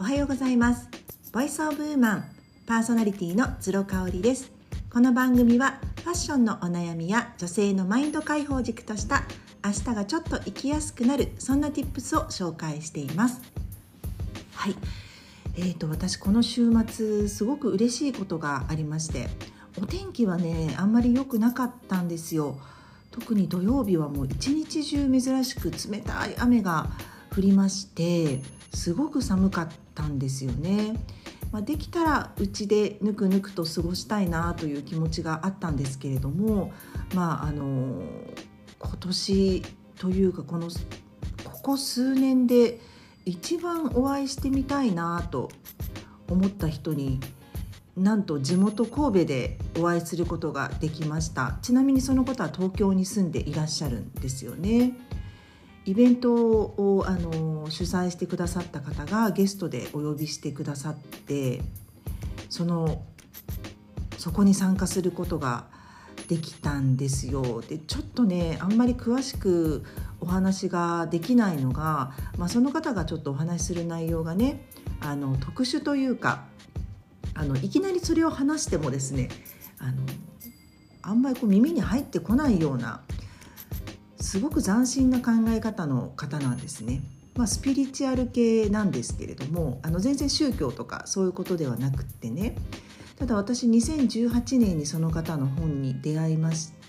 おはようございます。ボイスオブウーマンパーソナリティの鶴香織です。この番組はファッションのお悩みや女性のマインド解放軸とした明日がちょっと生きやすくなる、そんな Tips を紹介しています。はい、私この週末すごく嬉しいことがありまして、お天気はねあんまり良くなかったんですよ。特に土曜日はもう一日中珍しく冷たい雨が降りまして、すごく寒かったんですよね。できたらうちでぬくぬくと過ごしたいなという気持ちがあったんですけれども、今年というかここ数年で一番お会いしてみたいなと思った人に、なんと地元神戸でお会いすることができました。ちなみにその方は東京に住んでいらっしゃるんですよね。イベントを主催してくださった方がゲストでお呼びしてくださって、そこに参加することができたんですよ。でちょっとねあんまり詳しくお話ができないのが、その方がちょっとお話しする内容がね特殊というか、いきなりそれを話してもですねあんまり耳に入ってこないようなすごく斬新な考え方の方なんですね。スピリチュアル系なんですけれども、全然宗教とかそういうことではなくってね、ただ私2018年にその方の本に出会いまして、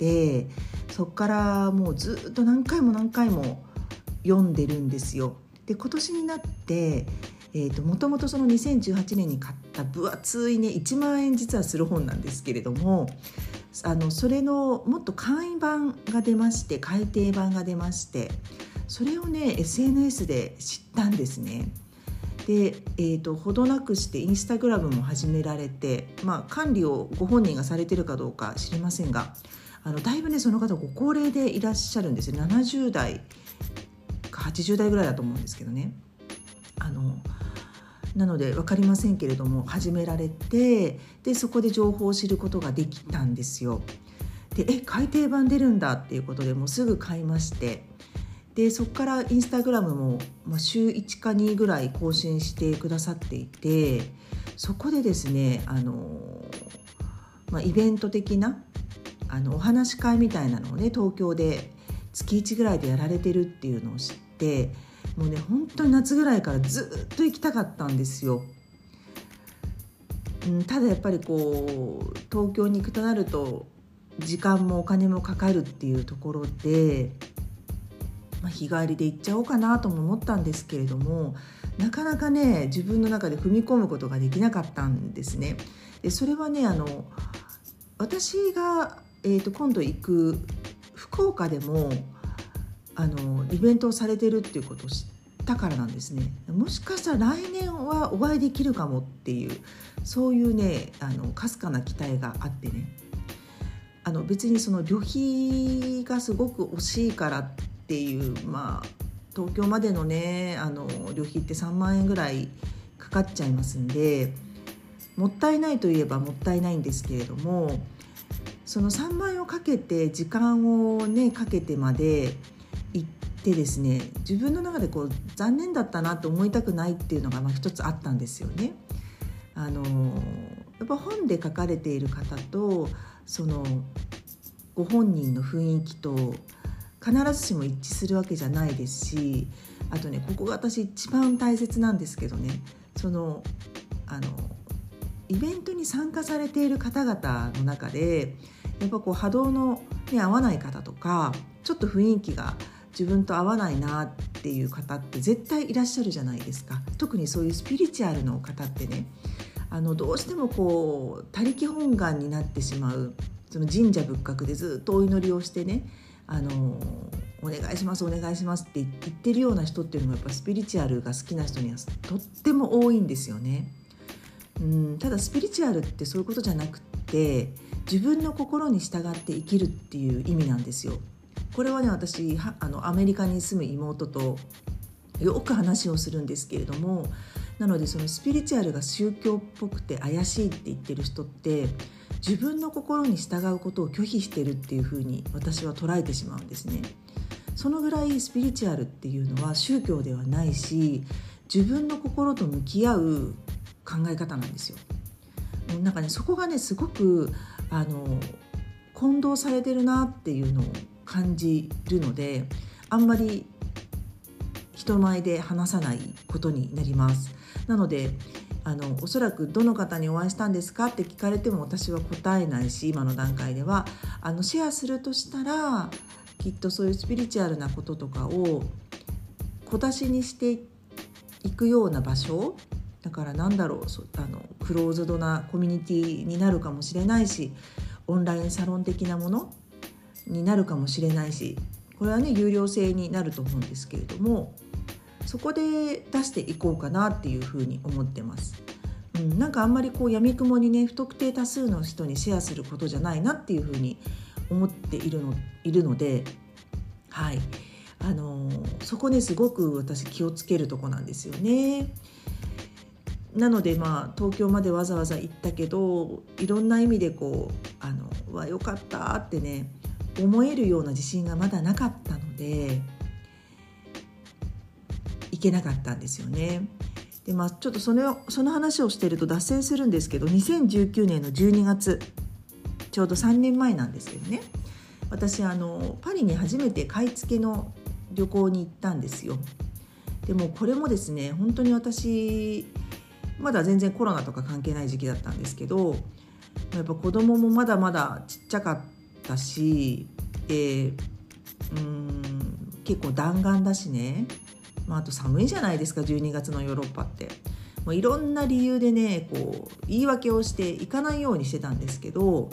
そこからもうずっと何回も読んでるんですよ。で今年になってもともとその2018年に買った分厚いね1万円実はする本なんですけれども、それのもっと簡易版が出まして、改訂版が出まして、それをね SNS で知ったんですね。で、ほどなくしてインスタグラムも始められて、管理をご本人がされてるかどうか知りませんが、だいぶねその方ご高齢でいらっしゃるんですよ。70代か80代ぐらいだと思うんですけどね。なので分かりませんけれども始められて、でそこで情報を知ることができたんですよ。で改訂版出るんだっていうことでもうすぐ買いまして、でそこからインスタグラムも、週1か2ぐらい更新してくださっていて、そこでですねイベント的なお話し会みたいなのをね東京で月1ぐらいでやられてるっていうのを知って、もうね本当に夏ぐらいからずっと行きたかったんですよ。ただやっぱり東京に行くとなると時間もお金もかかるっていうところで、日帰りで行っちゃおうかなとも思ったんですけれども、なかなかね自分の中で踏み込むことができなかったんですね。でそれはね私が、今度行く福岡でもイベントをされてるっていうことを知ったからなんですね。もしかしたら来年はお会いできるかもっていう、そういうねかすかな期待があってね、別にその旅費がすごく惜しいからっていう、東京までのね旅費って3万円ぐらいかかっちゃいますんで、もったいないといえばもったいないんですけれども、その3万円をかけて時間をねかけてまで行ってですね、自分の中で残念だったなと思いたくないっていうのが一つあったんですよね。やっぱ本で書かれている方とそのご本人の雰囲気と必ずしも一致するわけじゃないですし、あとねここが私一番大切なんですけどね、イベントに参加されている方々の中でやっぱ波動の、合わない方とか、ちょっと雰囲気が自分と合わないなっていう方って絶対いらっしゃるじゃないですか。特にそういうスピリチュアルの方ってねどうしても他力本願になってしまう、その神社仏閣でずっとお祈りをしてねお願いしますお願いしますって言ってるような人っていうのもやっぱスピリチュアルが好きな人にはとっても多いんですよね。ただスピリチュアルってそういうことじゃなくって自分の心に従って生きるっていう意味なんですよ。これはね私アメリカに住む妹とよく話をするんですけれども、なのでそのスピリチュアルが宗教っぽくて怪しいって言ってる人って自分の心に従うことを拒否してるっていうふうに私は捉えてしまうんですね。そのぐらいスピリチュアルっていうのは宗教ではないし、 自分の心と向き合う考え方なんですよ。なんかね、そこがねすごく混同されてるなっていうのを感じるので、あんまり人前で話さないことになります。なのでおそらくどの方にお会いしたんですかって聞かれても私は答えないし、今の段階ではシェアするとしたらきっとそういうスピリチュアルなこととかを小出しにしていくような場所だから、なんだろう、クローズドなコミュニティになるかもしれないし、オンラインサロン的なものになるかもしれないし、これはね有料制になると思うんですけれども、そこで出していこうかなっていうふうに思ってます。なんかあんまり闇雲にね不特定多数の人にシェアすることじゃないなっていうふうに思っているので、はい、そこねすごく私気をつけるとこなんですよね。なので東京までわざわざ行ったけど、いろんな意味でよかったってね思えるような自信がまだなかったので行けなかったんですよね。でちょっとその話をしていると脱線するんですけど、2019年の12月ちょうど3年前なんですけどね、私パリに初めて買い付けの旅行に行ったんですよ。でもこれもですね、本当に私まだ全然コロナとか関係ない時期だったんですけど、やっぱ子供もまだまだちっちゃかったし、結構弾丸だしね、あと寒いじゃないですか、12月のヨーロッパって。もういろんな理由でね言い訳をして行かないようにしてたんですけど、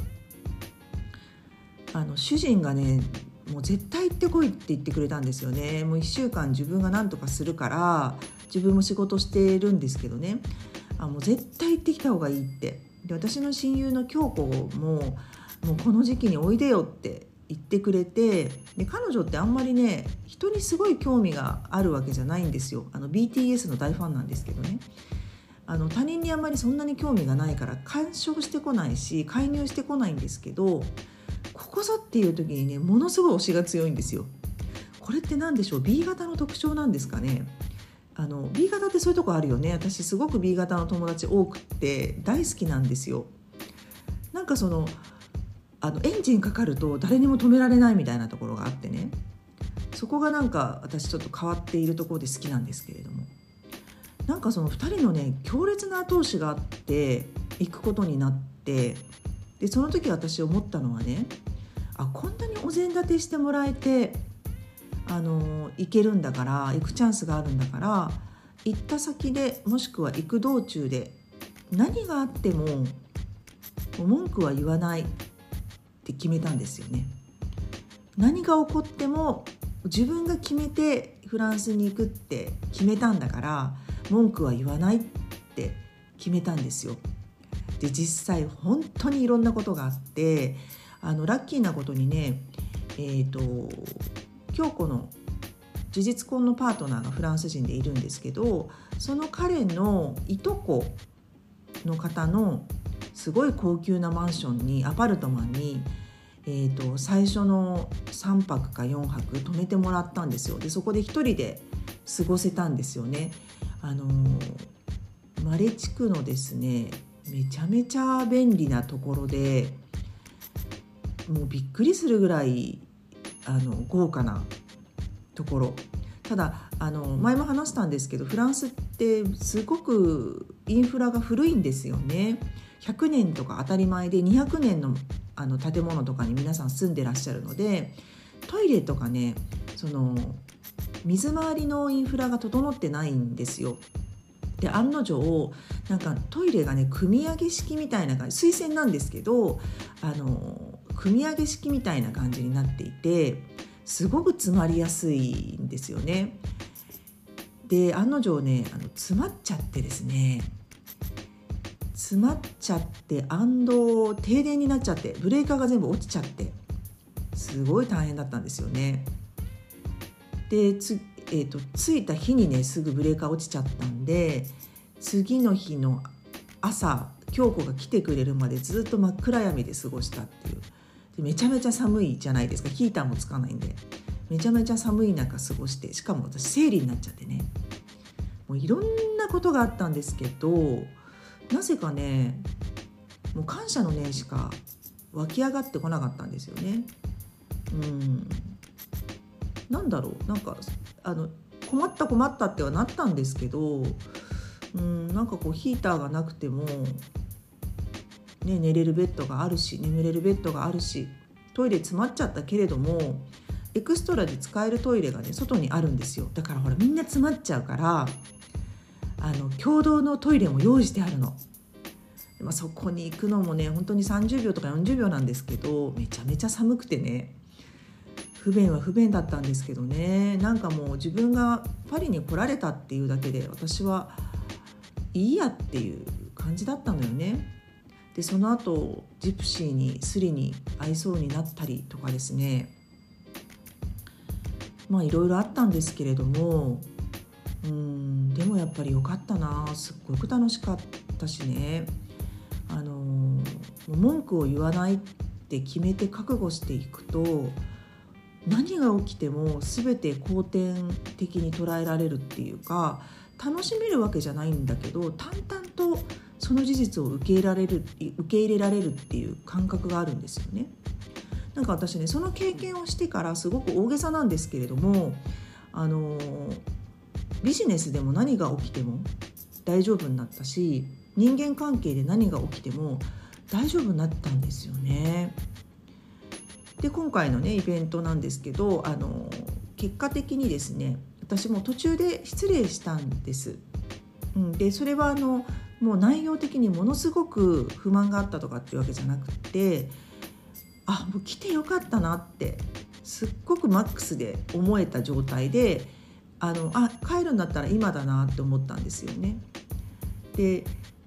主人がねもう絶対行ってこいって言ってくれたんですよね。もう1週間自分が何とかするから、自分も仕事してるんですけどね、もう絶対行ってきた方がいいって。で私の親友の京子ももうこの時期においでよって言ってくれて、で彼女ってあんまりね人にすごい興味があるわけじゃないんですよ。BTS の大ファンなんですけどね、他人にあんまりそんなに興味がないから干渉してこないし介入してこないんですけど、ここぞっていう時にねものすごい推しが強いんですよ。これって何でしょう、 B 型の特徴なんですかね。B 型ってそういうとこあるよね。私すごく B 型の友達多くって大好きなんですよ。なんかエンジンかかると誰にも止められないみたいなところがあってね、そこがなんか私ちょっと変わっているところで好きなんですけれども、なんかその2人のね強烈な後押しがあって行くことになって、でその時私思ったのはね、こんなにお膳立てしてもらえて行けるんだから、行くチャンスがあるんだから、行った先でもしくは行く道中で何があっても文句は言わないって決めたんですよね。何が起こっても自分が決めてフランスに行くって決めたんだから文句は言わないって決めたんですよ。で実際本当にいろんなことがあって、ラッキーなことにね京子の事実婚のパートナーがフランス人でいるんですけど、その彼のいとこの方のすごい高級なマンションにアパルトマンに、最初の3泊か4泊泊めてもらったんですよ。でそこで一人で過ごせたんですよね。マレ地区のですねめちゃめちゃ便利なところで、もうびっくりするぐらい豪華なところ。ただ前も話したんですけど、フランスってすごくインフラが古いんですよね。100年とか当たり前で200年の建物とかに皆さん住んでらっしゃるので、トイレとかね水回りのインフラが整ってないんですよ。で案の定なんかトイレがね組み上げ式みたいな感じ、水洗なんですけど組み上げ式みたいな感じになっていて、すごく詰まりやすいんですよね。で案の定ね詰まっちゃってですね、停電になっちゃって、ブレーカーが全部落ちちゃって、すごい大変だったんですよね。で着いた日にねすぐブレーカー落ちちゃったんで、次の日の朝京子が来てくれるまでずっと真っ暗闇で過ごしたっていう。でめちゃめちゃ寒いじゃないですか、ヒーターもつかないんでめちゃめちゃ寒い中過ごして、しかも私生理になっちゃってね、 もういろんなことがあったんですけど、なぜかねもう感謝の念しか湧き上がってこなかったんですよね。なんだろう、なんか困ったってはなったんですけど、なんかこうヒーターがなくても、ね、寝れるベッドがあるし、眠れるベッドがあるし、トイレ詰まっちゃったけれどもエクストラで使えるトイレがね外にあるんですよ。だからほらみんな詰まっちゃうから共同のトイレも用意してあるの。そこに行くのもね本当に30秒とか40秒なんですけど、めちゃめちゃ寒くてね不便は不便だったんですけどね、なんかもう自分がパリに来られたっていうだけで私はいいやっていう感じだったのよね。でその後ジプシーにスリに会いそうになったりとかですね、いろいろあったんですけれども、でもやっぱり良かったな、すっごく楽しかったしね、文句を言わないって決めて覚悟していくと、何が起きても全て肯定的に捉えられるっていうか、楽しめるわけじゃないんだけど淡々とその事実を受け入れられるっていう感覚があるんですよね。なんか私ねその経験をしてからすごく大げさなんですけれども、ビジネスでも何が起きても大丈夫になったし、人間関係で何が起きても大丈夫になったんですよね。で今回のねイベントなんですけど、結果的にですね私も途中で失礼したんです。でそれはもう内容的にものすごく不満があったとかっていうわけじゃなくて、もう来てよかったなってすっごくマックスで思えた状態で帰るんだったら今だなって思ったんですよね。で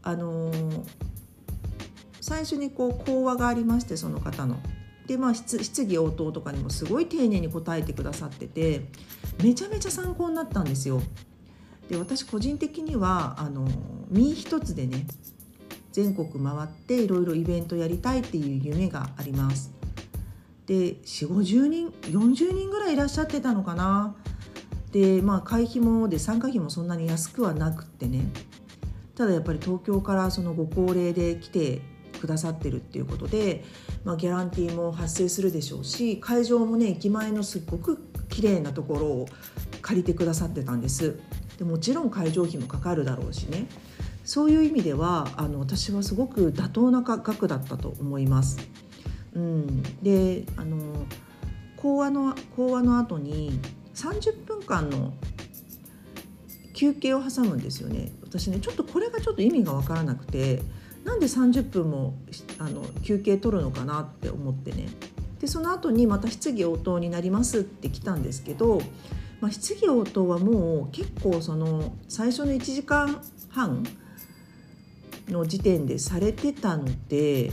最初に講話がありまして、その方ので、質疑応答とかにもすごい丁寧に答えてくださってて、めちゃめちゃ参考になったんですよ。で私個人的には身一つでね全国回っていろいろイベントやりたいっていう夢があります。で40、50人40人ぐらいいらっしゃってたのかな。で会費もで参加費もそんなに安くはなくってね、ただやっぱり東京からそのご高齢で来てくださってるっていうことで、ギャランティーも発生するでしょうし、会場もね駅前のすっごく綺麗なところを借りてくださってたんです。でもちろん会場費もかかるだろうしね、そういう意味では私はすごく妥当な額だったと思います。で講話の後に30分間の休憩を挟むんですよね。私ねこれがちょっと意味が分からなくて、なんで30分も休憩取るのかなって思ってね。でその後にまた質疑応答になりますって来たんですけど、質疑応答はもう結構その最初の1時間半の時点でされてたので、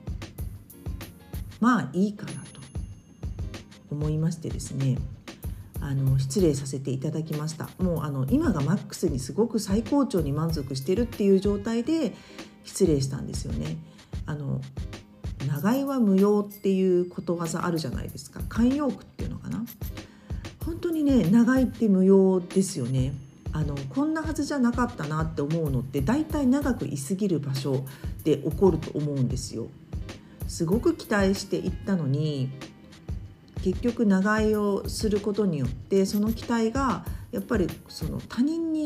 いいかなと思いましてですね、失礼させていただきました。もう今がマックスにすごく最高潮に満足してるっていう状態で失礼したんですよね。長居は無用っていうことわざあるじゃないですか。慣用句っていうのかな。本当にね長居って無用ですよね。こんなはずじゃなかったなって思うのって大体長く居すぎる場所で起こると思うんですよ。すごく期待していったのに結局長居をすることによってその期待がやっぱりその他人に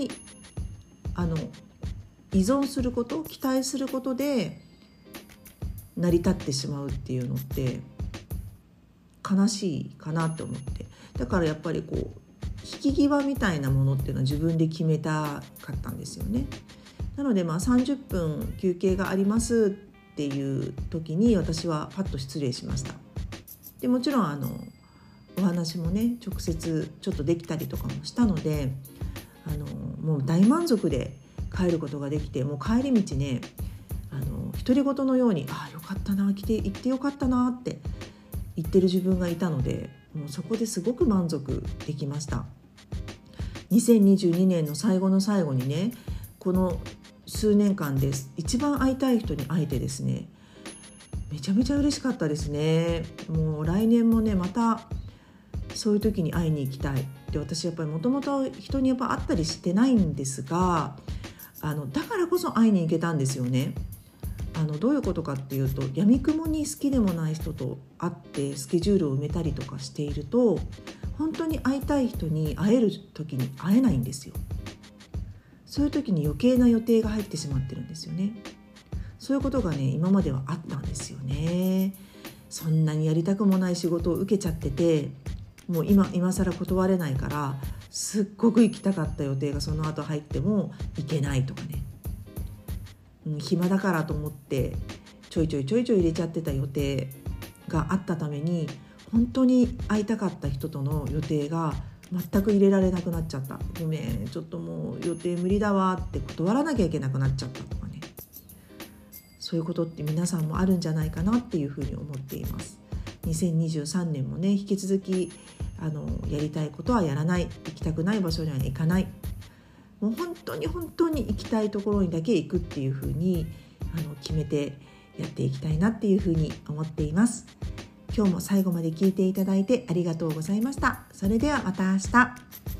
依存すること、期待することで成り立ってしまうっていうのって悲しいかなって思って、だからやっぱり引き際みたいなものっていうのは自分で決めたかったんですよね。なので30分休憩がありますっていう時に私はパッと失礼しました。でもちろんお話もね直接ちょっとできたりとかもしたのでもう大満足で帰ることができて、もう帰り道ね独り言のようによかったな、行ってよかったなって言ってる自分がいたので、もうそこですごく満足できました。2022年の最後の最後にねこの数年間です一番会いたい人に会えてですね、めちゃめちゃ嬉しかったですね。もう来年もねまたそういう時に会いに行きたい。で、私やっぱりもともと人にやっぱ会ったりしてないんですが、だからこそ会いに行けたんですよね。どういうことかっていうと、闇雲に好きでもない人と会ってスケジュールを埋めたりとかしていると、本当に会いたい人に会える時に会えないんですよ。そういう時に余計な予定が入ってしまってるんですよね。そういうことがね、今まではあったんですよね。そんなにやりたくもない仕事を受けちゃってて、もう今更断れないから、すっごく行きたかった予定がその後入っても行けないとかね、暇だからと思ってちょいちょい入れちゃってた予定があったために、本当に会いたかった人との予定が全く入れられなくなっちゃった。ごめん、ちょっともう予定無理だわって断らなきゃいけなくなっちゃったとかね、そういうことって皆さんもあるんじゃないかなっていうふうに思っています。2023年もね、引き続きやりたいことはやらない、行きたくない場所には行かない、もう本当に行きたいところにだけ行くっていうふうに決めてやっていきたいなっていうふうに思っています。今日も最後まで聞いていただいてありがとうございました。それではまた明日。